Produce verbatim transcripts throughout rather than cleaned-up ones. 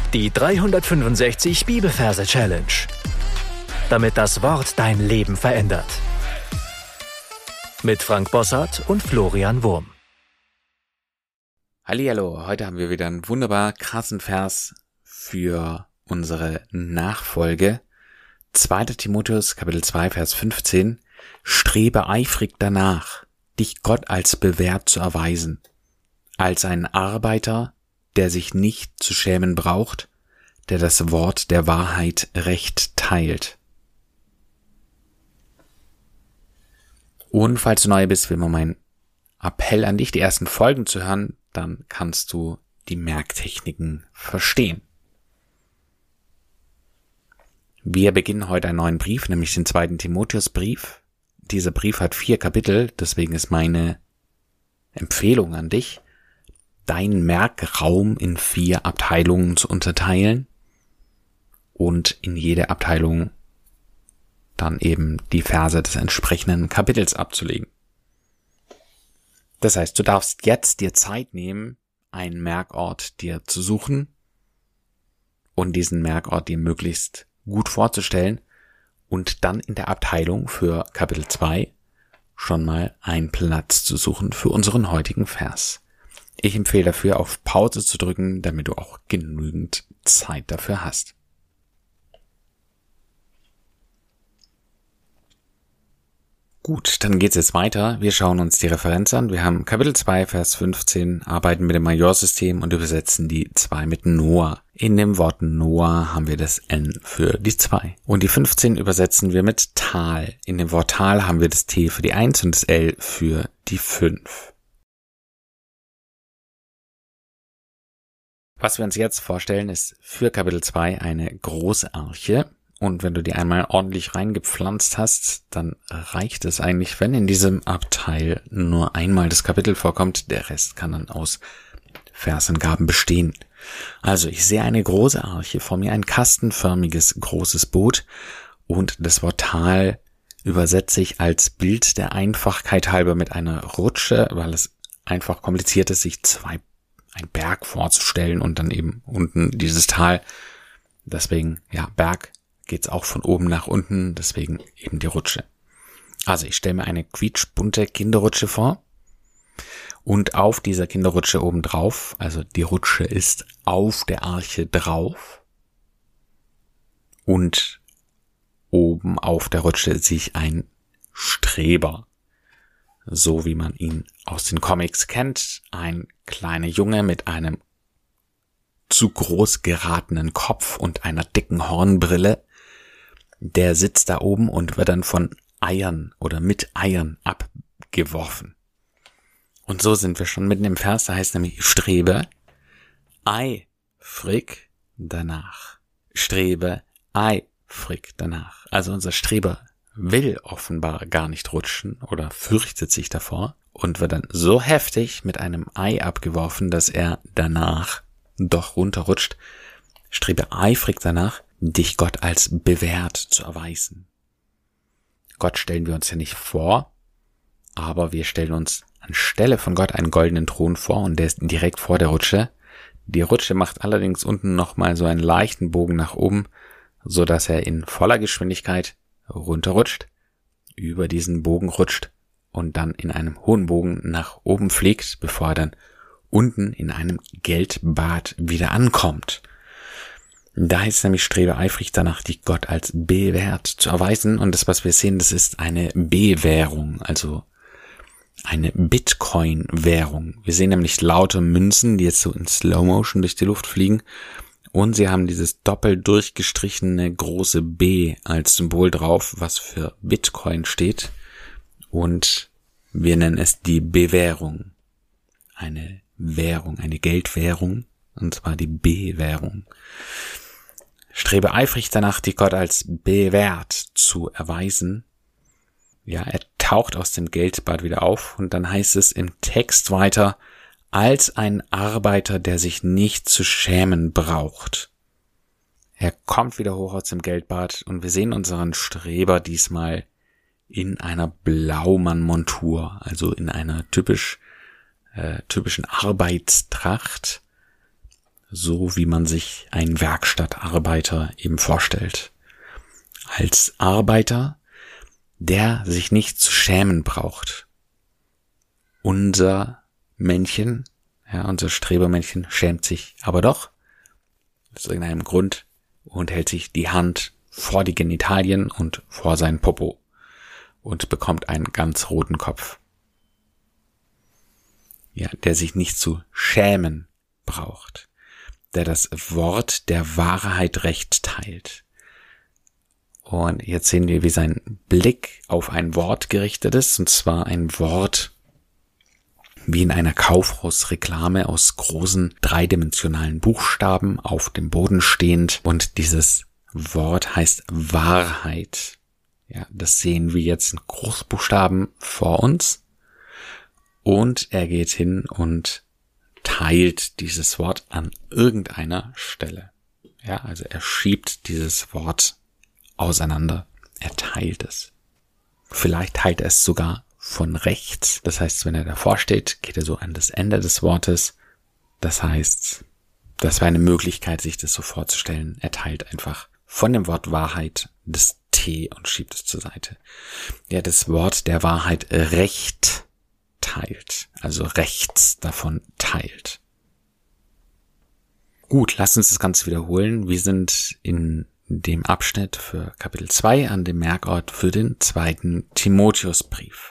Die dreihundertfünfundsechzig Bibelverse Challenge. Damit das Wort dein Leben verändert. Mit Frank Bossart und Florian Wurm. Hallihallo, heute haben wir wieder einen wunderbar krassen Vers für unsere Nachfolge. zweiter Timotheus, Kapitel zwei, Vers fünfzehn. Strebe eifrig danach, dich Gott als bewährt zu erweisen, als ein Arbeiter, der sich nicht zu schämen braucht, der das Wort der Wahrheit recht teilt. Und falls du neu bist, will man mein Appell an dich, die ersten Folgen zu hören, dann kannst du die Merktechniken verstehen. Wir beginnen heute einen neuen Brief, nämlich den zweiten Timotheusbrief. Dieser Brief hat vier Kapitel, deswegen ist meine Empfehlung an dich, deinen Merkraum in vier Abteilungen zu unterteilen und in jede Abteilung dann eben die Verse des entsprechenden Kapitels abzulegen. Das heißt, du darfst jetzt dir Zeit nehmen, einen Merkort dir zu suchen und diesen Merkort dir möglichst gut vorzustellen und dann in der Abteilung für Kapitel zwei schon mal einen Platz zu suchen für unseren heutigen Vers. Ich empfehle dafür, auf Pause zu drücken, damit du auch genügend Zeit dafür hast. Gut, dann geht's jetzt weiter. Wir schauen uns die Referenz an. Wir haben Kapitel zwei, Vers fünfzehn, arbeiten mit dem Majorsystem und übersetzen die zwei mit Noah. In dem Wort Noah haben wir das N für die zwei. Und die fünfzehn übersetzen wir mit Tal. In dem Wort Tal haben wir das T für die eins und das L für die fünf. Was wir uns jetzt vorstellen, ist für Kapitel zwei eine große Arche. Und wenn du die einmal ordentlich reingepflanzt hast, dann reicht es eigentlich, wenn in diesem Abteil nur einmal das Kapitel vorkommt. Der Rest kann dann aus Versangaben bestehen. Also ich sehe eine große Arche, vor mir ein kastenförmiges großes Boot und das Wort Tal übersetze ich als Bild der Einfachkeit halber mit einer Rutsche, weil es einfach kompliziert ist, sich zwei ein Berg vorzustellen und dann eben unten dieses Tal. Deswegen, ja, Berg geht's auch von oben nach unten, deswegen eben die Rutsche. Also ich stelle mir eine quietschbunte Kinderrutsche vor und auf dieser Kinderrutsche oben drauf, also die Rutsche ist auf der Arche drauf und oben auf der Rutsche sehe ich einen Streber. So wie man ihn aus den Comics kennt, ein kleiner Junge mit einem zu groß geratenen Kopf und einer dicken Hornbrille, der sitzt da oben und wird dann von Eiern oder mit Eiern abgeworfen. Und so sind wir schon mitten im Vers, da heißt nämlich strebe eifrig danach. Strebe eifrig danach. Also unser Streber will offenbar gar nicht rutschen oder fürchtet sich davor und wird dann so heftig mit einem Ei abgeworfen, dass er danach doch runterrutscht. Strebe eifrig danach, dich Gott als bewährt zu erweisen. Gott stellen wir uns ja nicht vor, aber wir stellen uns anstelle von Gott einen goldenen Thron vor und der ist direkt vor der Rutsche. Die Rutsche macht allerdings unten nochmal so einen leichten Bogen nach oben, so dass er in voller Geschwindigkeit runterrutscht, über diesen Bogen rutscht und dann in einem hohen Bogen nach oben fliegt, bevor er dann unten in einem Geldbad wieder ankommt. Da heißt es nämlich, strebe eifrig danach, dich Gott als bewährt zu erweisen. Und das, was wir sehen, das ist eine B-Währung, also eine Bitcoin-Währung. Wir sehen nämlich lauter Münzen, die jetzt so in Slow-Motion durch die Luft fliegen. Und sie haben dieses doppelt durchgestrichene große B als Symbol drauf, was für Bitcoin steht. Und wir nennen es die B-Währung. Eine Währung, eine Geldwährung, und zwar die B-Währung. Strebe eifrig danach, dich Gott als bewährt zu erweisen. Ja, er taucht aus dem Geldbad wieder auf und dann heißt es im Text weiter, als ein Arbeiter, der sich nicht zu schämen braucht. Er kommt wieder hoch aus dem Geldbad und wir sehen unseren Streber diesmal in einer Blaumann-Montur, also in einer typisch äh, typischen Arbeitstracht. so wie man sich einen Werkstattarbeiter eben vorstellt. Als Arbeiter, der sich nicht zu schämen braucht. Unser Männchen, ja, unser Strebermännchen schämt sich aber doch, aus irgendeinem Grund, und hält sich die Hand vor die Genitalien und vor seinen Popo und bekommt einen ganz roten Kopf. Ja, der sich nicht zu schämen braucht, der das Wort der Wahrheit recht teilt. Und jetzt sehen wir, wie sein Blick auf ein Wort gerichtet ist, und zwar ein Wort wie in einer Kaufhausreklame aus großen dreidimensionalen Buchstaben auf dem Boden stehend, und dieses Wort heißt Wahrheit. Ja, das sehen wir jetzt in Großbuchstaben vor uns. Und er geht hin und teilt dieses Wort an irgendeiner Stelle. Ja, also er schiebt dieses Wort auseinander. Er teilt es. Vielleicht teilt er es sogar von rechts. Das heißt, wenn er davor steht, geht er so an das Ende des Wortes. Das heißt, das wäre eine Möglichkeit, sich das so vorzustellen. Er teilt einfach von dem Wort Wahrheit das T und schiebt es zur Seite. Ja, das Wort der Wahrheit recht teilt, also rechts davon teilt. Gut, lasst uns das Ganze wiederholen. Wir sind in dem Abschnitt für Kapitel zwei an dem Merkort für den zweiten Timotheusbrief.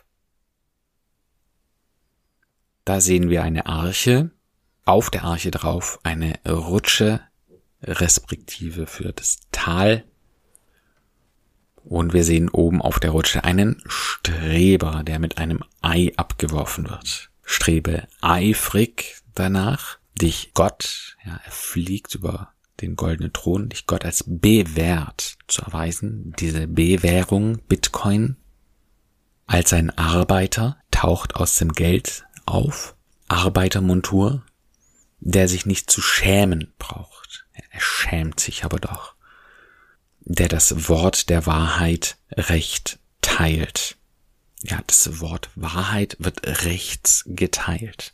Da sehen wir eine Arche, auf der Arche drauf eine Rutsche, respektive für das Tal. Und wir sehen oben auf der Rutsche einen Streber, der mit einem Ei abgeworfen wird. Strebe eifrig danach, dich Gott, ja, er fliegt über den goldenen Thron, dich Gott als bewährt zu erweisen. Diese Bewährung, Bitcoin, als ein Arbeiter, taucht aus dem Geld auf, Arbeitermontur, der sich nicht zu schämen braucht. Er schämt sich aber doch. Der das Wort der Wahrheit recht teilt. Ja, das Wort Wahrheit wird rechts geteilt.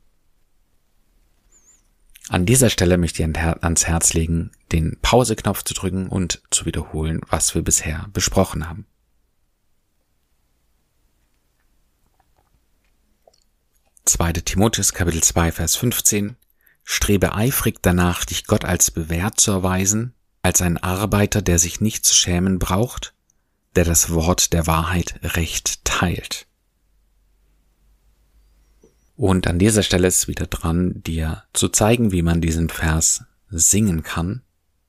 An dieser Stelle möchte ich ans Herz legen, den Pause-Knopf zu drücken und zu wiederholen, was wir bisher besprochen haben. zweiter Timotheus Kapitel zwei Vers fünfzehn. Strebe eifrig danach, dich Gott als bewährt zu erweisen, als ein Arbeiter, der sich nicht zu schämen braucht, der das Wort der Wahrheit recht teilt. Und an dieser Stelle ist wieder dran, dir zu zeigen, wie man diesen Vers singen kann.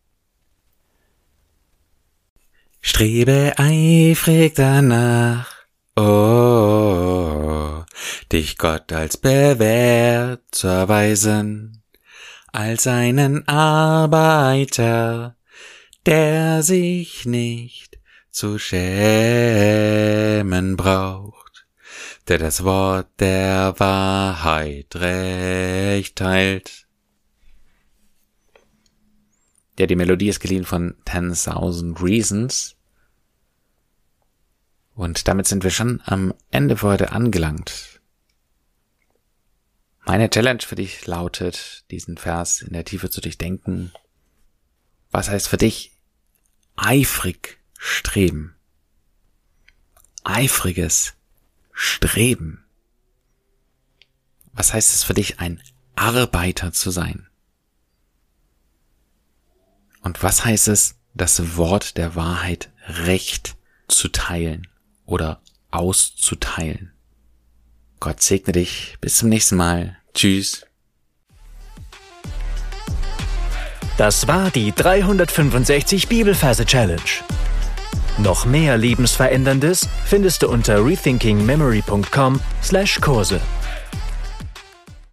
Strebe eifrig danach, oh, dich Gott als bewährt zu erweisen, als einen Arbeiter, der sich nicht zu schämen braucht, der das Wort der Wahrheit recht teilt. Ja, die Melodie ist geliehen von ten thousand Reasons. Und damit sind wir schon am Ende für heute angelangt. Meine Challenge für dich lautet, diesen Vers in der Tiefe zu durchdenken. Was heißt für dich eifrig streben? Eifriges Streben. Was heißt es für dich, ein Arbeiter zu sein? Und was heißt es, das Wort der Wahrheit recht zu teilen oder auszuteilen? Gott segne dich. Bis zum nächsten Mal. Tschüss. Das war die dreihundertfünfundsechzig Bibelverse Challenge. Noch mehr Lebensveränderndes findest du unter rethinking memory punkt com slash Kurse.